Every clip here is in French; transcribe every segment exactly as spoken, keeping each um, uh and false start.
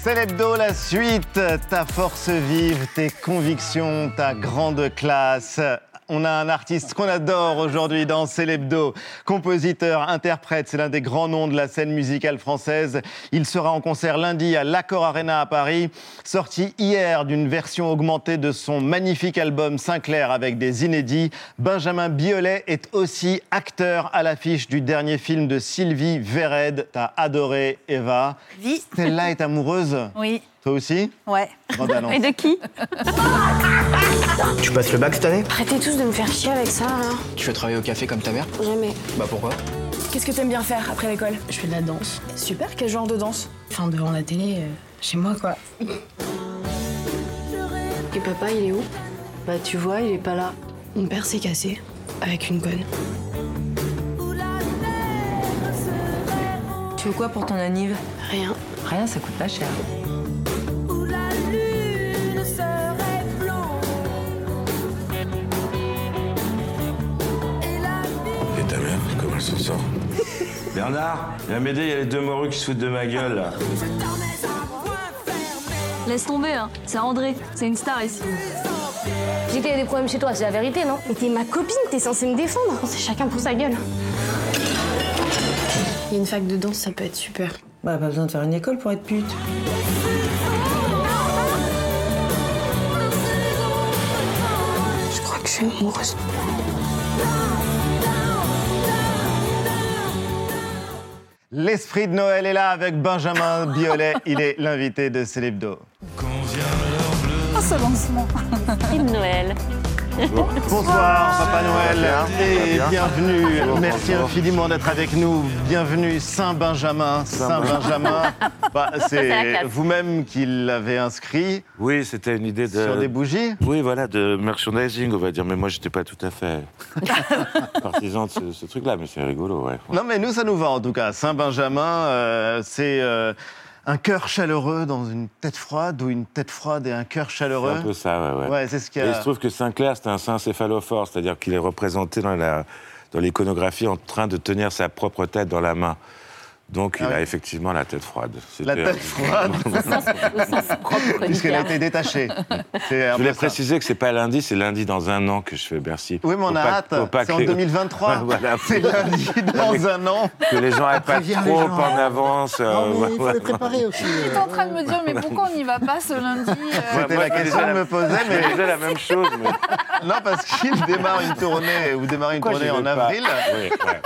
C'est l'hebdo, la suite, ta force vive, tes convictions, ta grande classe. On a un artiste qu'on adore aujourd'hui dans C'est l'hebdo. Compositeur, interprète, c'est l'un des grands noms de la scène musicale française. Il sera en concert lundi à l'Accor Arena à Paris. Sorti hier d'une version augmentée de son magnifique album Sinclair avec des inédits, Benjamin Biolay est aussi acteur à l'affiche du dernier film de Sylvie Verred. T'as adoré, Eva. Oui. Stella est amoureuse. Oui. Toi aussi ? Ouais. Bande annonce. Et de qui? Tu passes le bac cette année? Arrêtez tous de me faire chier avec ça, là. Tu veux travailler au café comme ta mère? Jamais. Bah pourquoi? Qu'est-ce que t'aimes bien faire après l'école? Je fais de la danse. Super, quel genre de danse? Enfin, devant la télé, euh, chez moi, quoi. Et papa, il est où? Bah, tu vois, il est pas là. Mon père s'est cassé, avec une conne. Tu veux quoi pour ton anniv? Rien. Rien, ça coûte pas cher. Et ta mère, comment elle s'en sort? Bernard, viens m'aider, il y a les deux morues qui se foutent de ma gueule, là. Laisse tomber, hein. C'est André, c'est une star ici. J'ai dit qu'il y a des problèmes chez toi, c'est la vérité, non? Mais t'es ma copine, t'es censée me défendre. C'est chacun pour sa gueule. Il y a une fac de danse, ça peut être super. Bah, pas besoin de faire une école pour être pute. Je crois que je suis amoureuse. L'esprit de Noël est là avec Benjamin Biolay. Il est l'invité de C'est l'hebdo. Oh, ce lancement. Vive Noël. Bonsoir, Papa Noël, et bien. bienvenue. Bonjour, Merci bonjour. infiniment d'être avec nous. Bienvenue, Saint-Benjamin. Saint-Benjamin, bah, c'est la classe. vous-même qui l'avez inscrit Oui, c'était une idée de... sur des bougies. Oui, voilà, de merchandising, on va dire. Mais moi, j'étais pas tout à fait partisan de ce, ce truc-là, mais c'est rigolo, ouais. Non, mais nous, ça nous va en tout cas. Saint-Benjamin, euh, c'est euh, un cœur chaleureux dans une tête froide, ou une tête froide et un cœur C'est chaleureux. un peu ça, ouais, ouais. Ouais, c'est ce qu'il y Et il a. se trouve que Sinclair, c'est un saint céphalophore, c'est-à-dire qu'il est représenté dans la dans l'iconographie en train de tenir sa propre tête dans la main. Donc, il Ah a oui. effectivement la tête froide. La C'était- tête froide, Au sens propre du puisqu'elle a terme. été détachée. C'est un Je voulais peu ça. préciser que c'est pas lundi, c'est lundi dans un an que je fais Bercy. Oui, mais on Faut a pas- hâte. faut pas C'est que en les- deux mille vingt-trois. Voilà. C'est lundi dans un an. Que les gens aient pas Préviens trop les gens. en avance. euh, Non, mais il faut voilà. les préparer aussi. J'étais en train de me dire, mais pourquoi on n'y va pas ce lundi euh, C'était moi, la je question que disais je me posais, Je mais disais la même chose, mais non, parce qu'il démarre une tournée, vous démarrez une pourquoi tournée j'y en vais pas avril. Oui, ouais.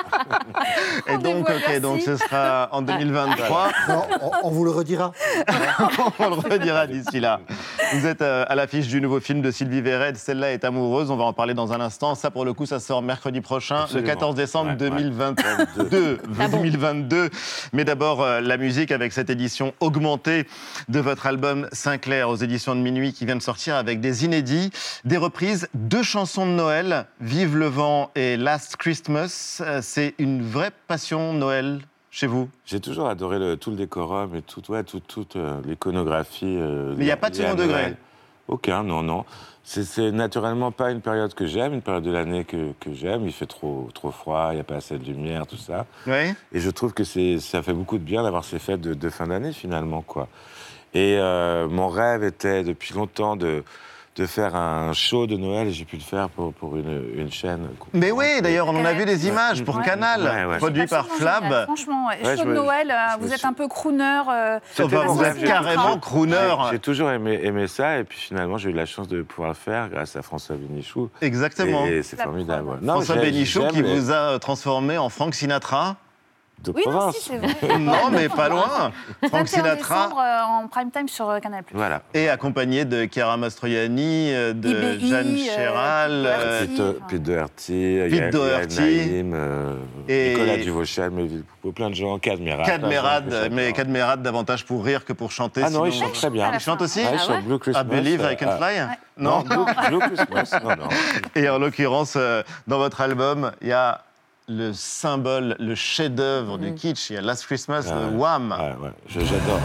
Et donc, Rendez-vous à ok, Bercy. donc ce sera en deux mille vingt-trois. Non, on, on vous le redira. On le redira d'ici là. Vous êtes euh, à l'affiche du nouveau film de Sylvie Verred, Celle-là est amoureuse. On va en parler dans un instant. Ça, pour le coup, ça sort mercredi prochain, Absolument. le quatorze décembre Ouais, deux mille vingt-deux. Ah bon. deux mille vingt-deux. Mais d'abord, euh, la musique avec cette édition augmentée de votre album Sinclair aux éditions de Minuit qui vient de sortir avec des inédits, des reprises, deux chansons de Noël, Vive le vent et Last Christmas. Euh, C'est une vraie passion Noël chez vous? J'ai toujours adoré le, tout le décorum et tout, ouais, tout, toute euh, l'iconographie. euh, Mais il y a pas de liée à second degré. Noël. Aucun, non, non. C'est, c'est naturellement pas une période que j'aime, une période de l'année que, que j'aime. Il fait trop, trop froid, il n'y a pas assez de lumière, tout ça. Oui. Et je trouve que c'est, ça fait beaucoup de bien d'avoir ces fêtes de, de fin d'année, finalement, quoi. Et euh, mon rêve était, depuis longtemps, de, de faire un show de Noël, et j'ai pu le faire pour, pour une, une chaîne. Mais oui, d'ailleurs, on en a vu des images pour Ouais. Canal, Ouais, ouais. produit par Absolument génial, Flab. Franchement, ouais. Ouais, Show je de me- Noël, euh, je me vous êtes suis- un peu crooner. euh, C'était Enfin, mon vous rêve, êtes j'ai- carrément j'ai- crooner. J'ai toujours aimé, aimé ça, et puis finalement, j'ai eu la chance de pouvoir le faire grâce à François Bénichou. Exactement. Et c'est La formidable. preuve. ouais. Non, François j'ai- Bénichou j'aime qui les- vous a transformé en Frank Sinatra. de Oui, non, province. si, c'est vrai. Non, mais pas loin. Frank vingt et un Sinatra. décembre euh, en prime time sur euh, Canal+. Voilà. Et accompagné de Chiara Mastroianni, euh, de I B I, Jeanne euh, Chéral, Pete euh, Doherty. Pete, enfin. Pete Doherty, Pete Yael- Doherty. Yael Naïm, euh, Et- Nicolas Duvauchel, Melville Poupeau, plein de gens, Cadmerade. Cadmerade, plein de gens que mais j'adore. Cadmerade davantage pour rire que pour chanter. Ah non, il sinon- chante très bien. À la Il chante fin. aussi Ah, il Ah chante ouais Blue Christmas. I Believe I Can euh, Fly. ah, Non. Non, Blue, Blue Christmas, non, non. Et en l'occurrence, euh, dans votre album, il y a le symbole, le chef-d'œuvre du kitsch. Il y a Last Christmas Ah de ouais. Wham. Ouais, ouais, je- j'adore.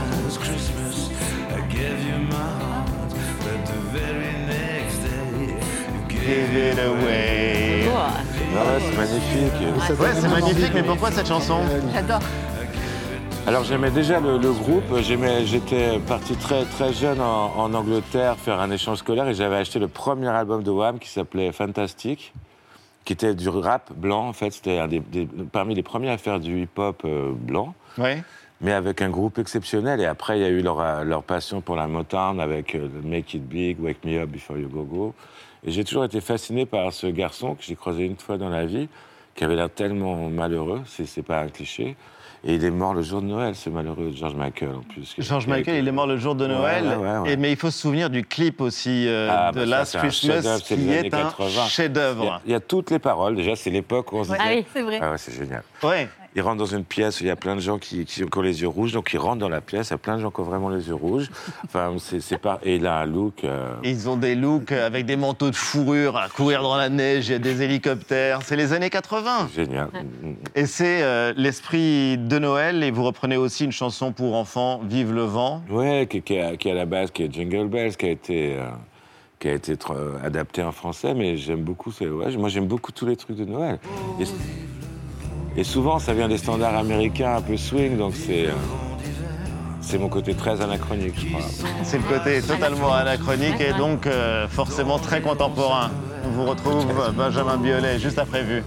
Give it away. Oh, Ah ouais, c'est magnifique. Ouais, c'est magnifique, mais pourquoi cette chanson? J'adore. Alors j'aimais déjà le, le groupe, j'aimais, j'étais parti très, très jeune en, en Angleterre faire un échange scolaire et j'avais acheté le premier album de Wham qui s'appelait Fantastic, qui était du rap blanc en fait, c'était un des, des, parmi les premiers à faire du hip-hop euh, blanc, Ouais. mais avec un groupe exceptionnel. Et après il y a eu leur, leur passion pour la Motown avec euh, Make It Big, Wake Me Up Before You Go Go. Et j'ai toujours été fasciné par ce garçon que j'ai croisé une fois dans la vie, qui avait l'air tellement malheureux, c'est, c'est pas un cliché. Et il est mort le jour de Noël, ce malheureux George Michael en plus. George Michael, il est mort le jour de Noël. Ouais, ouais, ouais. Et, mais il faut se souvenir du clip aussi euh, Ah, de bah, ça, Last c'est un Christmas, chef-d'œuvre, c'est qui les est années un quatre-vingts. Il y, a, chef-d'œuvre. il y a toutes les paroles. Déjà, c'est l'époque où on se Ouais, disait... ah oui, c'est vrai. Ah ouais, c'est génial. Ouais. Il rentre dans une pièce où il y a plein de gens qui, qui, qui ont les yeux rouges, donc il rentre dans la pièce, il y a plein de gens qui ont vraiment les yeux rouges. Enfin, c'est, c'est pas... Et il a un look... Euh... Ils ont des looks avec des manteaux de fourrure à courir dans la neige, il y a des hélicoptères. C'est les années quatre-vingts. Génial. Et c'est euh, l'esprit de Noël. Et vous reprenez aussi une chanson pour enfants, Vive le vent. Ouais, qui, qui, a, qui à la base, qui est Jingle Bells, qui a été... Euh... qui a été euh, adapté en français, mais j'aime beaucoup... C'est, ouais, moi, j'aime beaucoup tous les trucs de Noël. Et, et souvent, ça vient des standards américains un peu swing, donc c'est, euh, c'est mon côté très anachronique, je crois. C'est le côté totalement anachronique et donc euh, forcément très contemporain. On vous retrouve Benjamin Biolay juste après Vue.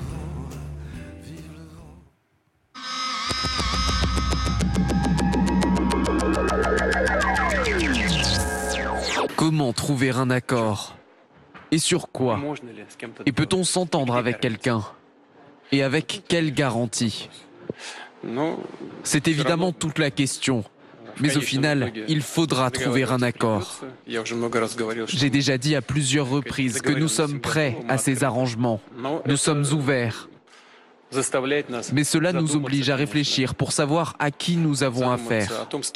Comment trouver un accord? Et sur quoi? Et peut-on s'entendre avec quelqu'un? Et avec quelle garantie? C'est évidemment toute la question. Mais au final, il faudra trouver un accord. J'ai déjà dit à plusieurs reprises que nous sommes prêts à ces arrangements. Nous sommes ouverts. Mais cela nous oblige à réfléchir pour savoir à qui nous avons affaire.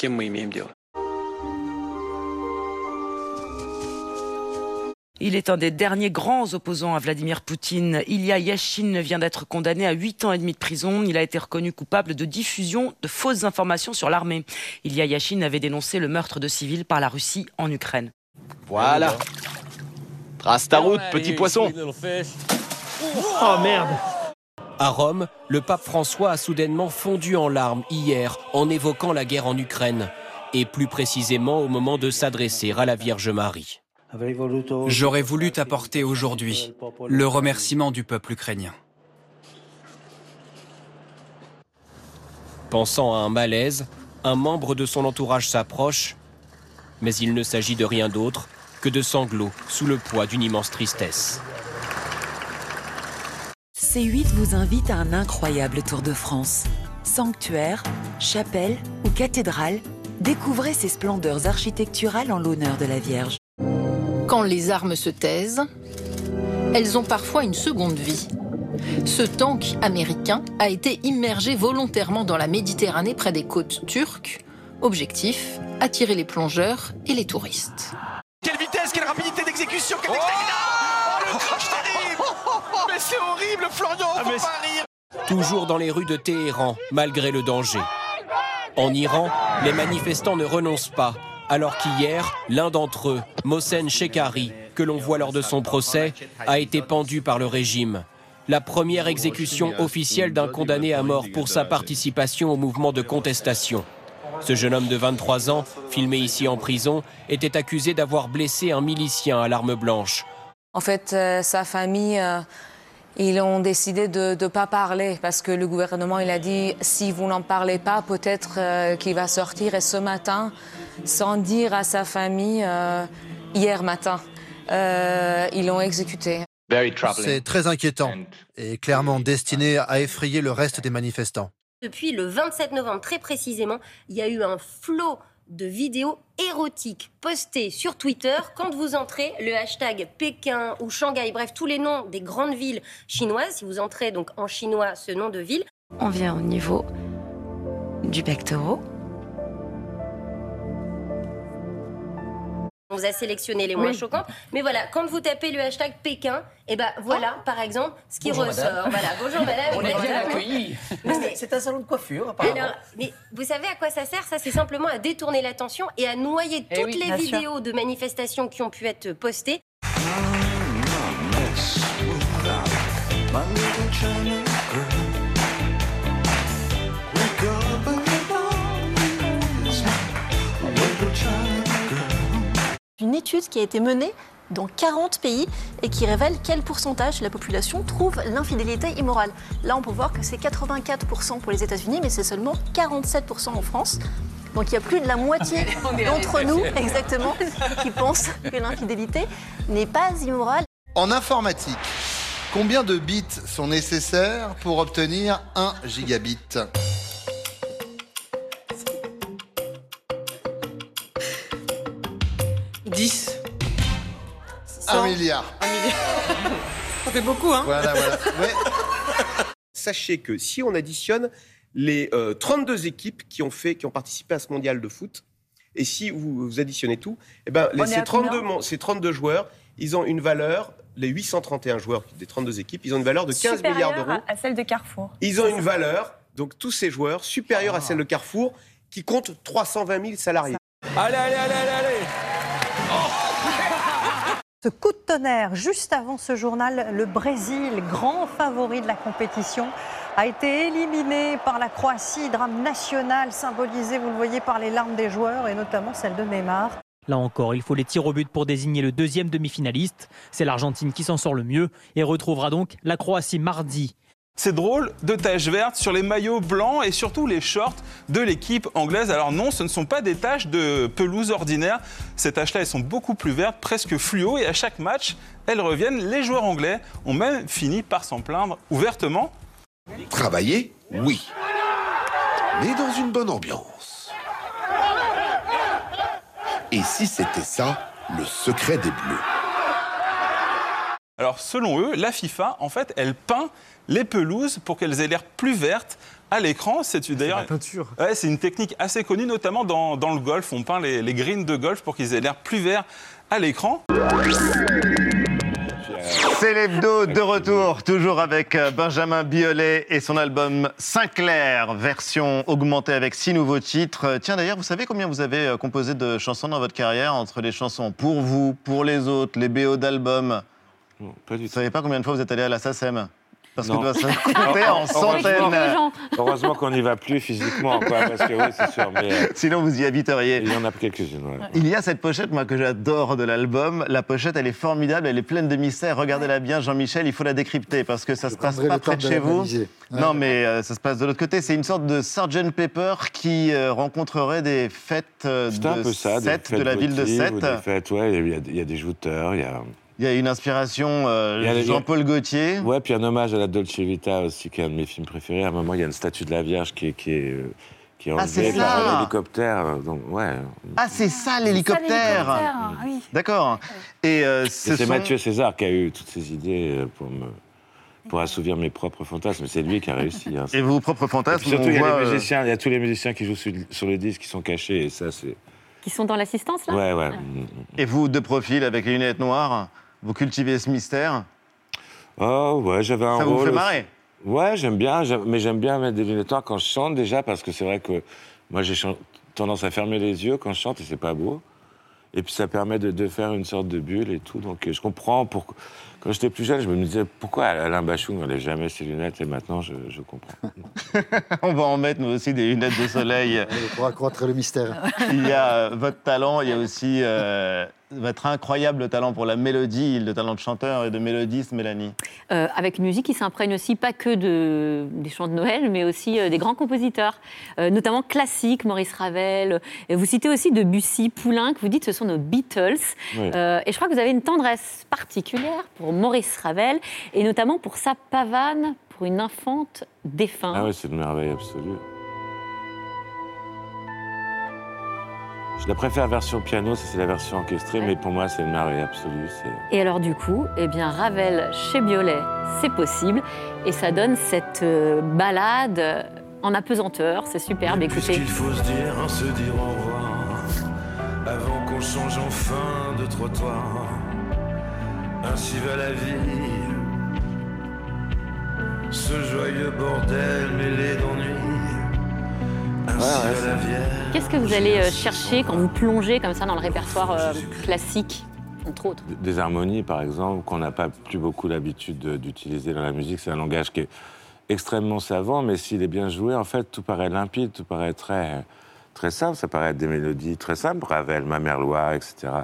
Il est un des derniers grands opposants à Vladimir Poutine. Ilya Yachine vient d'être condamné à huit ans et demi de prison. Il a été reconnu coupable de diffusion de fausses informations sur l'armée. Ilya Yachine avait dénoncé le meurtre de civils par la Russie en Ukraine. Voilà. Trace ta route, petit poisson. Oh merde. À Rome, le pape François a soudainement fondu en larmes hier en évoquant la guerre en Ukraine. Et plus précisément au moment de s'adresser à la Vierge Marie. J'aurais voulu t'apporter aujourd'hui le remerciement du peuple ukrainien. Pensant à un malaise, un membre de son entourage s'approche, mais il ne s'agit de rien d'autre que de sanglots sous le poids d'une immense tristesse. C huit vous invite à un incroyable tour de France. Sanctuaire, chapelle ou cathédrale, découvrez ces splendeurs architecturales en l'honneur de la Vierge. Quand les armes se taisent, elles ont parfois une seconde vie. Ce tank américain a été immergé volontairement dans la Méditerranée près des côtes turques. Objectif, attirer les plongeurs et les touristes. Quelle vitesse, quelle rapidité d'exécution, quelle dextérité! Oh, le crash terrible! Mais c'est horrible, Florian, faut ah, mais... pas rire! Toujours dans les rues de Téhéran, malgré le danger. En Iran, les manifestants ne renoncent pas. Alors qu'hier, l'un d'entre eux, Mohsen Shekhari, que l'on voit lors de son procès, a été pendu par le régime. La première exécution officielle d'un condamné à mort pour sa participation au mouvement de contestation. Ce jeune homme de vingt-trois ans, filmé ici en prison, était accusé d'avoir blessé un milicien à l'arme blanche. En fait, euh, sa famille, euh, ils ont décidé de ne pas parler parce que le gouvernement il a dit si vous n'en parlez pas, peut-être euh, qu'il va sortir. Et ce matin, sans dire à sa famille, euh, hier matin, euh, ils l'ont exécuté. C'est très inquiétant et clairement destiné à effrayer le reste des manifestants. Depuis le vingt-sept novembre, très précisément, il y a eu un flot de vidéos érotiques postées sur Twitter. Quand vous entrez, le hashtag Pékin ou Shanghai, bref, tous les noms des grandes villes chinoises, si vous entrez donc en chinois ce nom de ville. On vient au niveau du pectoral. On vous a sélectionné les moins oui. choquantes. Mais voilà, quand vous tapez le hashtag Pékin, et ben voilà, oh. par exemple, ce qui bonjour ressort. Madame. Voilà, bonjour madame. On est bien accueillis. C'est un salon de coiffure, apparemment. Alors, mais vous savez à quoi ça sert? Ça, c'est simplement à détourner l'attention et à noyer eh toutes oui, les vidéos sûr. de manifestations qui ont pu être postées. étude qui a été menée dans quarante pays et qui révèle quel pourcentage de la population trouve l'infidélité immorale. Là, on peut voir que c'est quatre-vingt-quatre pour cent pour les États-Unis, mais c'est seulement quarante-sept pour cent en France. Donc il y a plus de la moitié d'entre nous, exactement, qui pensent que l'infidélité n'est pas immorale. En informatique, combien de bits sont nécessaires pour obtenir un gigabit ? dix. Un milliard. Un milliard. Ça fait beaucoup, hein ? Voilà, voilà. Ouais. Sachez que si on additionne les euh, trente-deux équipes qui ont, fait, qui ont participé à ce mondial de foot, et si vous, vous additionnez tout, eh ben, les, ces, trente-deux, ces trente-deux joueurs, ils ont une valeur, les huit cent trente et un joueurs des trente-deux équipes, ils ont une valeur de quinze milliards d'euros. À celle de Carrefour. Ils ont une valeur, donc tous ces joueurs, supérieure ah. à celle de Carrefour, qui compte trois cent vingt mille salariés. Allez, allez, allez, allez, allez Ce coup de tonnerre, juste avant ce journal, le Brésil, grand favori de la compétition, a été éliminé par la Croatie, drame national symbolisé, vous le voyez, par les larmes des joueurs et notamment celle de Neymar. Là encore, il faut les tirs au but pour désigner le deuxième demi-finaliste. C'est l'Argentine qui s'en sort le mieux et retrouvera donc la Croatie mardi. C'est drôle, de taches vertes sur les maillots blancs et surtout les shorts de l'équipe anglaise. Alors non, ce ne sont pas des taches de pelouse ordinaire. Ces taches-là, elles sont beaucoup plus vertes, presque fluo. Et à chaque match, elles reviennent. Les joueurs anglais ont même fini par s'en plaindre ouvertement. Travailler, oui. Mais dans une bonne ambiance. Et si c'était ça, le secret des Bleus ? Alors selon eux, la FIFA, en fait, elle peint les pelouses pour qu'elles aient l'air plus vertes à l'écran. C'est d'ailleurs la peinture. Ouais, c'est une technique assez connue, notamment dans, dans le golf. On peint les, les greens de golf pour qu'ils aient l'air plus verts à l'écran. C'est l'hebdo de retour, toujours avec Benjamin Biolay et son album Sinclair, version augmentée avec six nouveaux titres. Tiens, d'ailleurs, vous savez combien vous avez composé de chansons dans votre carrière, entre les chansons pour vous, pour les autres, les B O d'albums? Non, pas du tout. Vous savez pas combien de fois vous êtes allé à la SACEM? Parce non. que ça compter en centaines. Heureusement qu'on n'y va plus physiquement, quoi, parce que oui, c'est sûr. Mais, euh, sinon, vous y habiteriez. Il y en a quelques-unes, ouais. Il y a cette pochette, moi, que j'adore de l'album. La pochette, elle est formidable, elle est pleine de mystères. Regardez-la bien, Jean-Michel, il faut la décrypter, parce que ça se passe pas près de chez vous. Ouais. Non, mais euh, ça se passe de l'autre côté. C'est une sorte de sergent Pepper qui euh, rencontrerait des fêtes euh, c'est un de peu ça, Sète, de la ville de Sète. Des fêtes, ouais, il y, a, il y a des jouteurs, il y a... Il y a une inspiration euh, Jean-Paul Gaultier. Ouais, puis un hommage à la Dolce Vita aussi, qui est un de mes films préférés. À un moment, il y a une statue de la Vierge qui est, qui est, qui est enlevée ah, par un hélicoptère. Donc, ouais. Ah, c'est ça l'hélicoptère. Ah, oui. D'accord. Et, euh, Et c'est sont... Mathieu César qui a eu toutes ces idées pour me... pour assouvir mes propres fantasmes. C'est lui qui a réussi. Hein. Et vos propres fantasmes, surtout, il y, voit, a les musiciens, il y a tous les musiciens qui jouent sur, sur le disque qui sont cachés. Et ça, c'est... Qui sont dans l'assistance, là? Ouais, ouais. Et vous, de profil, avec les lunettes noires, vous cultivez ce mystère? Oh, ouais, j'avais un ça rôle... Ça vous fait marrer? Ouais, j'aime bien, j'aime... mais j'aime bien mettre des lunettes noires quand je chante, déjà, parce que c'est vrai que moi, j'ai ch... tendance à fermer les yeux quand je chante, et c'est pas beau. Et puis, ça permet de, de faire une sorte de bulle et tout. Donc, je comprends. Pour... Quand j'étais plus jeune, je me disais, pourquoi Alain Bachung n'enlève jamais ses lunettes? Et maintenant, je, je comprends. On va en mettre, nous aussi, des lunettes de soleil. Pour accroître le mystère. Il y a euh, votre talent, il y a aussi euh, votre incroyable talent pour la mélodie, le talent de chanteur et de mélodiste, Mélanie. Euh, avec une musique qui s'imprègne aussi pas que de, des chants de Noël, mais aussi euh, des grands compositeurs, euh, notamment classiques, Maurice Ravel. Et vous citez aussi Debussy, Poulenc, vous dites que ce sont nos Beatles. Oui. Euh, et je crois que vous avez une tendresse particulière pour Maurice Ravel, et notamment pour sa pavane pour une infante défunte. Ah oui, c'est une merveille absolue. Je la préfère version piano, ça c'est la version orchestrée, ouais. Mais pour moi c'est une merveille absolue. C'est... Et alors du coup, eh bien Ravel chez Biolay, c'est possible, et ça donne cette euh, balade en apesanteur, c'est superbe. Écoutez. Puisqu'il faut se dire, hein, se dire au revoir, avant qu'on change enfin de trottoir. Ainsi va la vie, ce joyeux bordel mêlé d'ennui. Ouais, ouais, qu'est-ce que vous allez chercher quand vous plongez comme ça dans le répertoire euh, classique, entre autres? Des harmonies, par exemple, qu'on n'a pas plus beaucoup l'habitude d'utiliser dans la musique. C'est un langage qui est extrêmement savant, mais s'il est bien joué, en fait, tout paraît limpide, tout paraît très, très simple. Ça paraît être des mélodies très simples, Ravel, Mamerlois, et cetera.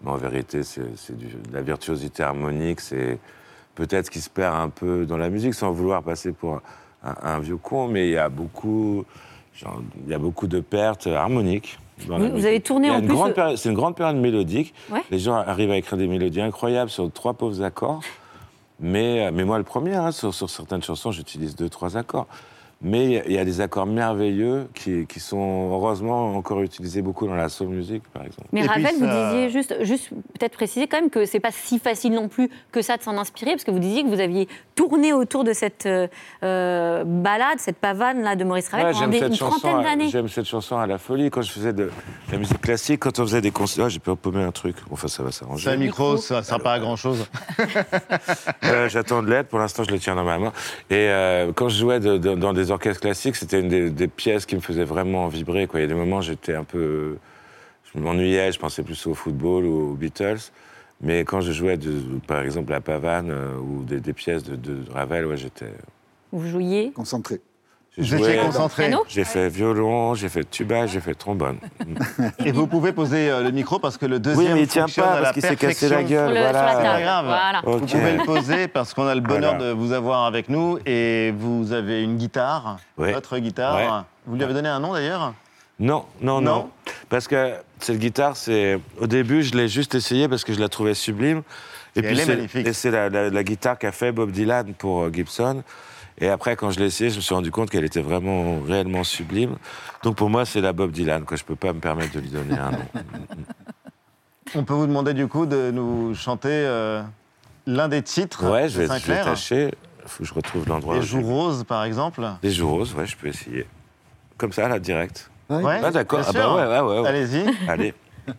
Mais en vérité, c'est, c'est du, de la virtuosité harmonique, c'est peut-être ce qui se perd un peu dans la musique, sans vouloir passer pour un, un vieux con, mais il y a beaucoup, genre, il y a beaucoup de pertes harmoniques. Dans vous, la vous avez tourné en plus... Grande période, c'est une grande période mélodique. Ouais. Les gens arrivent à écrire des mélodies incroyables sur trois pauvres accords. Mais, mais moi, le premier, hein, sur, sur certaines chansons, j'utilise deux, trois accords. Mais il y a des accords merveilleux qui, qui sont heureusement encore utilisés beaucoup dans la soul music, par exemple. Mais Et Ravel, puis, vous ça... disiez juste, juste peut-être préciser quand même que c'est pas si facile non plus que ça de s'en inspirer, parce que vous disiez que vous aviez tourné autour de cette euh, balade, cette pavane là de Maurice Ravel Ouais, pendant des, une trentaine à, d'années. J'aime cette chanson à la folie. Quand je faisais de, de la musique classique, quand on faisait des concerts, oh, j'ai pu paumer un truc. Enfin, ça va s'arranger. C'est un micro, ça ne sert pas à grand-chose. euh, j'attends de l'aide. Pour l'instant, je le tiens dans ma main. Et euh, quand je jouais de, de, dans des orchestres classiques, c'était une des, des pièces qui me faisait vraiment vibrer, quoi. Il y a des moments, j'étais un peu... Je m'ennuyais, je pensais plus au football ou aux Beatles. Mais quand je jouais, de, par exemple, la pavane euh, ou des, des pièces de, de Ravel, ouais, j'étais... Vous jouiez Concentré. J'ai Vous joué, étiez concentré. J'ai fait violon, j'ai fait tuba, j'ai fait trombone. Et vous pouvez poser euh, le micro parce que le deuxième Oui, mais il tient fonctionne pas à la parce qu'il s'est cassé la perfection. gueule. Sur le- Voilà. sur la C'est table. pas grave. Voilà. Vous Ok. pouvez le poser parce qu'on a le bonheur Voilà. de vous avoir avec nous et vous avez une guitare, Ouais. votre guitare. Ouais. Vous lui avez donné un nom d'ailleurs? Non, non, non, Non. Parce que cette guitare, c'est... Au début, je l'ai juste essayée parce que je la trouvais sublime. Et, Et puis elle est c'est, magnifique. et c'est la, la- la guitare qu'a fait Bob Dylan pour euh, Gibson. Et après, quand je l'ai essayée, je me suis rendu compte qu'elle était vraiment, réellement sublime. Donc pour moi, c'est la Bob Dylan, que je ne peux pas me permettre de lui donner un nom. On peut vous demander du coup de nous chanter euh, l'un des titres Ouais, je de vais, je vais Sinclair. tâcher. Il faut que je retrouve l'endroit. Les où joues j'ai- roses par exemple. Les joues roses, ouais, je peux essayer. Comme ça, là, direct. Ouais, Ah, d'accord. bien Ah, bah sûr. ouais, ouais, ouais, ouais. Allez-y. Allez.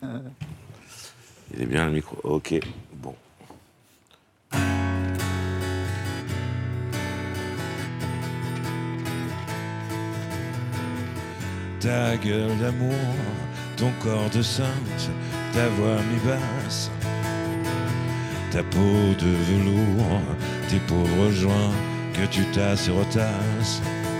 Il est bien le micro. Ok, bon. Ta gueule d'amour, ton corps de sainte, ta voix mi-basse, ta peau de velours, tes pauvres joints que tu tasses et retasses,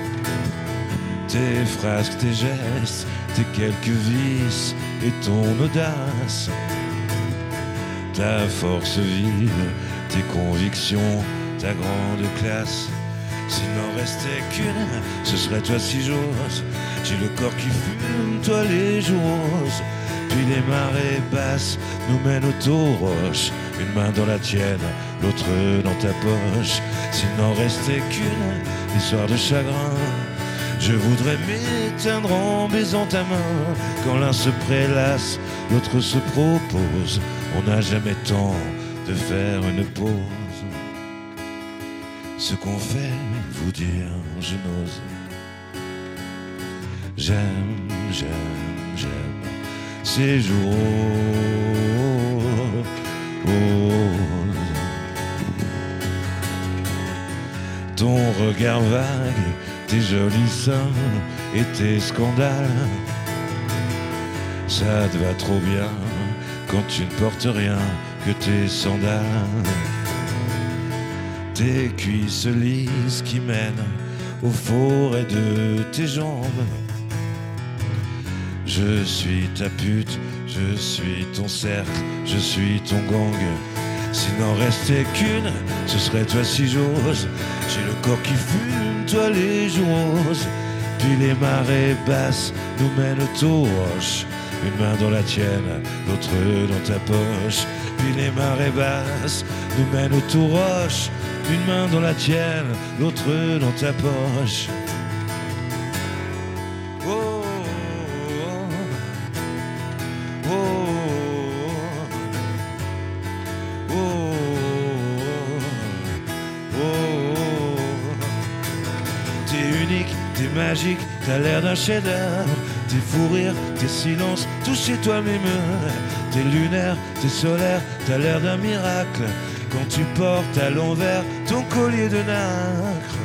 tes frasques, tes gestes, tes quelques vices et ton audace, ta force vive, tes convictions, ta grande classe. S'il n'en restait qu'une, ce serait toi si j'ose. J'ai le corps qui fume, toi les joues roses. Puis les marées basses nous mènent au taureau-roche. Une main dans la tienne, l'autre dans ta poche. S'il n'en restait qu'une, des soirs de chagrin, je voudrais m'éteindre en baisant ta main. Quand l'un se prélasse, l'autre se propose. On n'a jamais temps de faire une pause. Ce qu'on fait, vous dire, je n'ose. J'aime, j'aime, j'aime ces jours roses. Ton regard vague, tes jolis seins et tes scandales. Ça te va trop bien quand tu ne portes rien que tes sandales. Tes cuisses lisses qui mènent aux forêts de tes jambes. Je suis ta pute, je suis ton cercle, je suis ton gang. S'il n'en restait qu'une, ce serait toi si j'ose. J'ai le corps qui fume, toi les joues roses. Puis les marées basses nous mènent au taureau-roche. Une main dans la tienne, l'autre dans ta poche. Puis les marées basses nous mènent au taureau-roche. Une main dans la tienne, l'autre dans ta poche. Oh, oh, oh, oh, oh, oh. T'es unique, t'es magique, t'as l'air d'un chef-d'œuvre. Tes fous rires, tes silences, tout chez toi m'émeut. T'es lunaire, t'es solaire, t'as l'air d'un miracle. Quand tu portes à l'envers ton collier de nacre.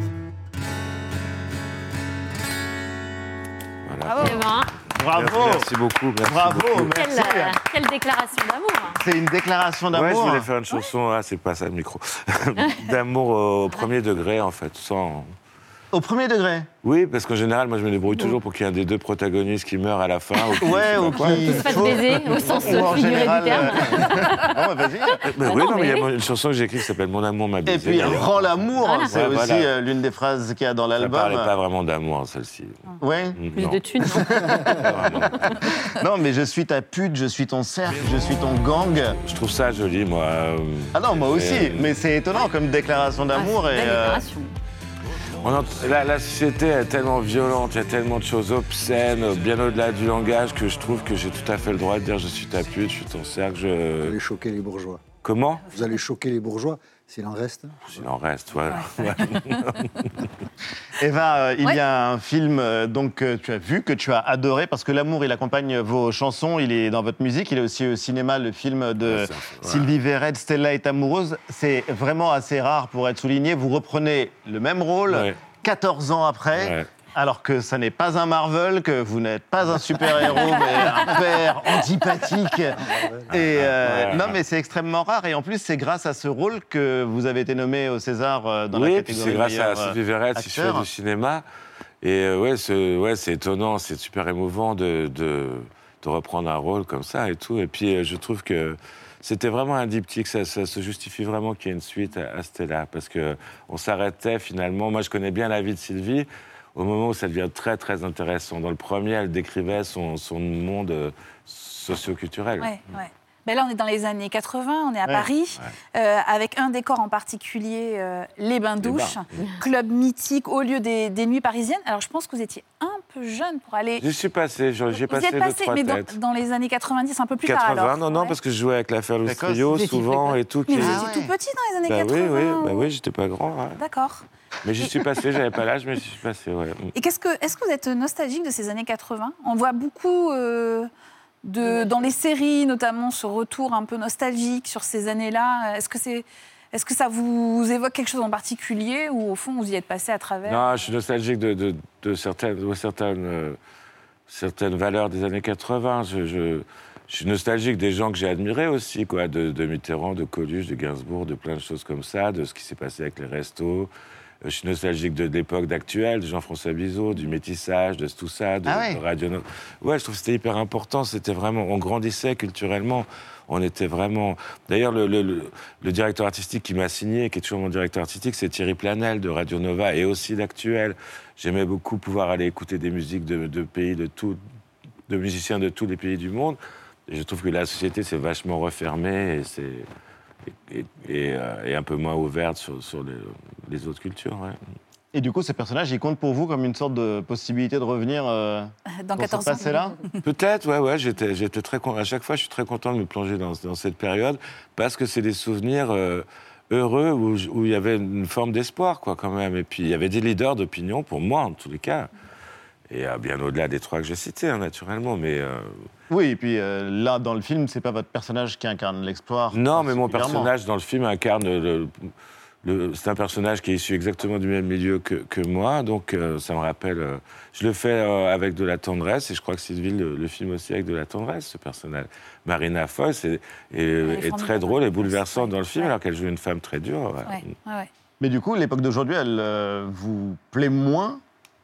Voilà. Bravo. Eh ben, Bravo. Merci beaucoup. Merci Bravo, beaucoup. merci. quelle, euh, quelle déclaration d'amour. C'est une déclaration d'amour. Ouais, je voulais faire une chanson, ah, c'est pas ça le micro, d'amour au premier degré, en fait, sans... Au premier degré? Oui, parce qu'en général, moi, je me débrouille toujours pour qu'il y ait un des deux protagonistes qui meurt à la fin. Ou qui, ouais, ou qui... se fasse baiser, au sens figuré du terme. Non, vas-y. Mais oui, non, mais il y a une chanson que j'ai écrite qui s'appelle Mon amour m'a baisé. Et puis, Rends l'amour, voilà. c'est ouais, aussi voilà. l'une des phrases qu'il y a dans l'album. Ça parlait pas vraiment d'amour, celle-ci. Ouais. Plus non. de thunes. Non, mais je suis ta pute, je suis ton cercle, je suis ton gang. Je trouve ça joli, moi. Ah non, moi aussi, et... mais c'est étonnant comme déclaration d'amour. Ah, et déclaration. On entend, la, la société est tellement violente, il y a tellement de choses obscènes, bien au-delà du langage, que je trouve que j'ai tout à fait le droit de dire je suis ta pute, je suis ton cercle. Je... Vous allez choquer les bourgeois. Comment? Vous allez choquer les bourgeois, s'il en reste. S'il en reste, voilà. Ouais. Eva, euh, il ouais. y a un film euh, donc, que tu as vu, que tu as adoré, parce que l'amour, il accompagne vos chansons, il est dans votre musique, il est aussi au cinéma, le film de ouais, ça, ouais. Sylvie Verrette, Stella est amoureuse. C'est vraiment assez rare pour être souligné. Vous reprenez le même rôle, ouais. quatorze ans après. Ouais. Alors que ça n'est pas un Marvel, que vous n'êtes pas un super-héros, mais un père antipathique. Et euh, ouais. Non, mais c'est extrêmement rare. Et en plus, c'est grâce à ce rôle que vous avez été nommé au César dans oui, la catégorie c'est grâce meilleur à Sylvie Verrette, si je fais du cinéma. Et euh, ouais, c'est, ouais, c'est étonnant, c'est super émouvant de, de, de reprendre un rôle comme ça et tout. Et puis, euh, je trouve que c'était vraiment un diptyque, ça, ça se justifie vraiment qu'il y ait une suite à, à Stella. Parce qu'on s'arrêtait finalement. Moi, je connais bien la vie de Sylvie. Au moment où ça devient très, très intéressant. Dans le premier, elle décrivait son, son monde euh, socio-culturel. Ouais, ouais. Ben là, on est dans les années quatre-vingts, on est à ouais, Paris, ouais. Euh, avec un décor en particulier, euh, les bains-douches, club mythique au lieu des, des nuits parisiennes. Alors, je pense que vous étiez un peu jeune pour aller... J'y suis passé, j'ai vous passé deux, passé, trois mais têtes. Dans, dans les années quatre-vingt-dix, un peu plus quatre-vingts, tard, alors. Non, non, ouais. Parce que je jouais avec l'affaire Lustrio, souvent, et tout. Mais qui... vous étiez ah, ouais. tout petit dans les années bah, quatre-vingts. Oui, oui, bah, oui, j'étais pas grand. Ouais. D'accord. Mais j'y suis passé, j'avais pas l'âge, mais j'y suis passé, ouais. Et qu'est-ce que, est-ce que vous êtes nostalgique de ces années quatre-vingts? On voit beaucoup euh, de, dans les séries, notamment, ce retour un peu nostalgique sur ces années-là. Est-ce que, c'est, est-ce que ça vous évoque quelque chose en particulier ou, au fond, vous y êtes passé à travers? Non, je suis nostalgique de, de, de, certaines, de certaines, euh, certaines valeurs des années quatre-vingts. Je, je, je suis nostalgique des gens que j'ai admirés aussi, quoi, de, de Mitterrand, de Coluche, de Gainsbourg, de plein de choses comme ça, de ce qui s'est passé avec les restos. Je suis nostalgique de, de l'époque d'Actuel, de Jean-François Bizot, du métissage, de tout ça, de, ah ouais. de Radio Nova. Ouais, je trouve que c'était hyper important. C'était vraiment, on grandissait culturellement. On était vraiment. D'ailleurs, le, le, le, le directeur artistique qui m'a signé, qui est toujours mon directeur artistique, c'est Thierry Planel de Radio Nova et aussi d'Actuel. J'aimais beaucoup pouvoir aller écouter des musiques de, de pays, de tout, de musiciens de tous les pays du monde. Et je trouve que la société s'est vachement refermée et, c'est, et, et, et, euh, et un peu moins ouverte sur, sur les, les autres cultures. Ouais. Et du coup, ces personnages, ils comptent pour vous comme une sorte de possibilité de revenir euh, dans quatorze ans là. Peut-être, ouais, ouais. J'étais, j'étais très con... À chaque fois, je suis très content de me plonger dans, dans cette période parce que c'est des souvenirs euh, heureux où, où il y avait une forme d'espoir, quoi, quand même. Et puis, il y avait des leaders d'opinion, pour moi, en tous les cas. Et euh, bien au-delà des trois que j'ai cités, hein, naturellement, mais... Euh... Oui, et puis euh, là, dans le film, c'est pas votre personnage qui incarne l'espoir. Non, mais mon personnage dans le film incarne... Le, le, c'est un personnage qui est issu exactement du même milieu que, que moi, donc euh, ça me rappelle... Euh, je le fais euh, avec de la tendresse, et je crois que Sylvie le, le film aussi avec de la tendresse, ce personnage. Marina Foïs est, est, est, est très drôle et bouleversante dans le film, ouais. alors qu'elle joue une femme très dure. Ouais. Ouais, ouais, ouais. Mais du coup, l'époque d'aujourd'hui, elle euh, vous plaît moins?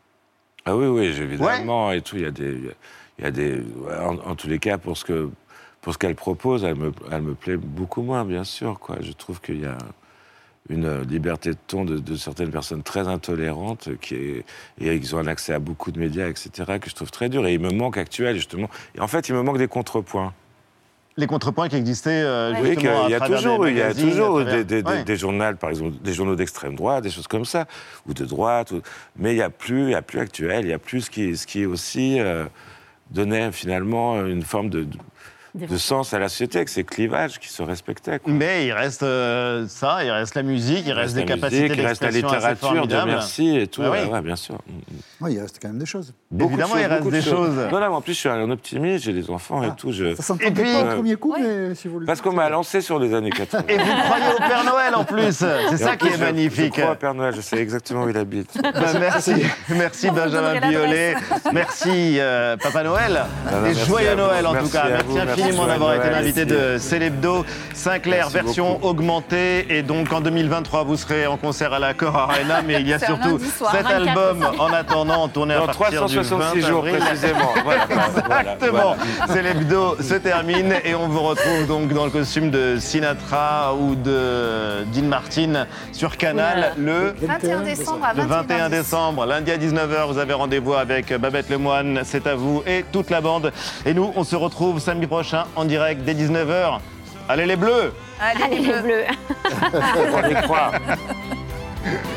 Ah oui, oui, évidemment, ouais. et tout. Il y a des, il y a des, en, en tous les cas, pour ce que, pour ce qu'elle propose, elle me, elle me plaît beaucoup moins, bien sûr, quoi. Je trouve qu'il y a une liberté de ton de, de certaines personnes très intolérantes qui est, et ils ont un accès à beaucoup de médias, et cetera, que je trouve très dur. Et il me manque Actuel, justement. Et en fait, il me manque des contrepoints. Les contrepoints qui existaient euh, oui, justement il y a toujours, il y a toujours des, des, ouais. des, des journaux, par exemple, des journaux d'extrême droite, des choses comme ça, ou de droite. Ou... Mais il n'y a plus, il y a plus Actuel, il y a plus ce qui, ce qui aussi euh, donnait finalement une forme de, de, de sens à la société, avec ces clivages qui se respectaient. Quoi. Mais il reste euh, ça, il reste la musique, il, il reste, reste des capacités musique, d'expression il reste la littérature, Dieu merci et tout. Ah, ouais, oui. ouais, bien sûr. Oui, il reste quand même des choses. Beaucoup Évidemment, choses, il reste des choses. choses. Non, non, en plus, je suis un optimiste, j'ai des enfants ah, et tout. Je... Ça s'entend pas au premier coup, ouais. mais si vous le Parce qu'on m'a lancé sur les années quatre-vingts. Et vous croyez au Père Noël, en plus. C'est ça qui est je, magnifique. Je crois au Père Noël, je sais exactement où il habite. Bah, merci, merci Benjamin Biolay. Merci, euh, Papa Noël. Non, non, et joyeux vous, Noël, en merci tout cas. Merci vous, infiniment. infiniment d'avoir été l'invité de Célébdo. Sinclair, Merci version beaucoup. augmentée. Et donc en deux mille vingt-trois, vous serez en concert à l'Accor Arena. Mais il y a C'est un surtout lundi soir, cet vingt-quatre. album en attendant, tourné à Dans partir du vingt trois cent soixante-six jours avril. précisément. Voilà, voilà, Exactement. voilà. Célébdo se termine et on vous retrouve donc dans le costume de Sinatra ou de Dean Martin sur Canal le vingt et un décembre à le vingt et un vingt et un heures. décembre, lundi à dix-neuf heures. Vous avez rendez-vous avec Babette Lemoine, c'est à vous et toute la bande. Et nous, on se retrouve samedi prochain en direct dès dix-neuf heures. Allez les Bleus! Allez, Allez, les bleus. On y croit.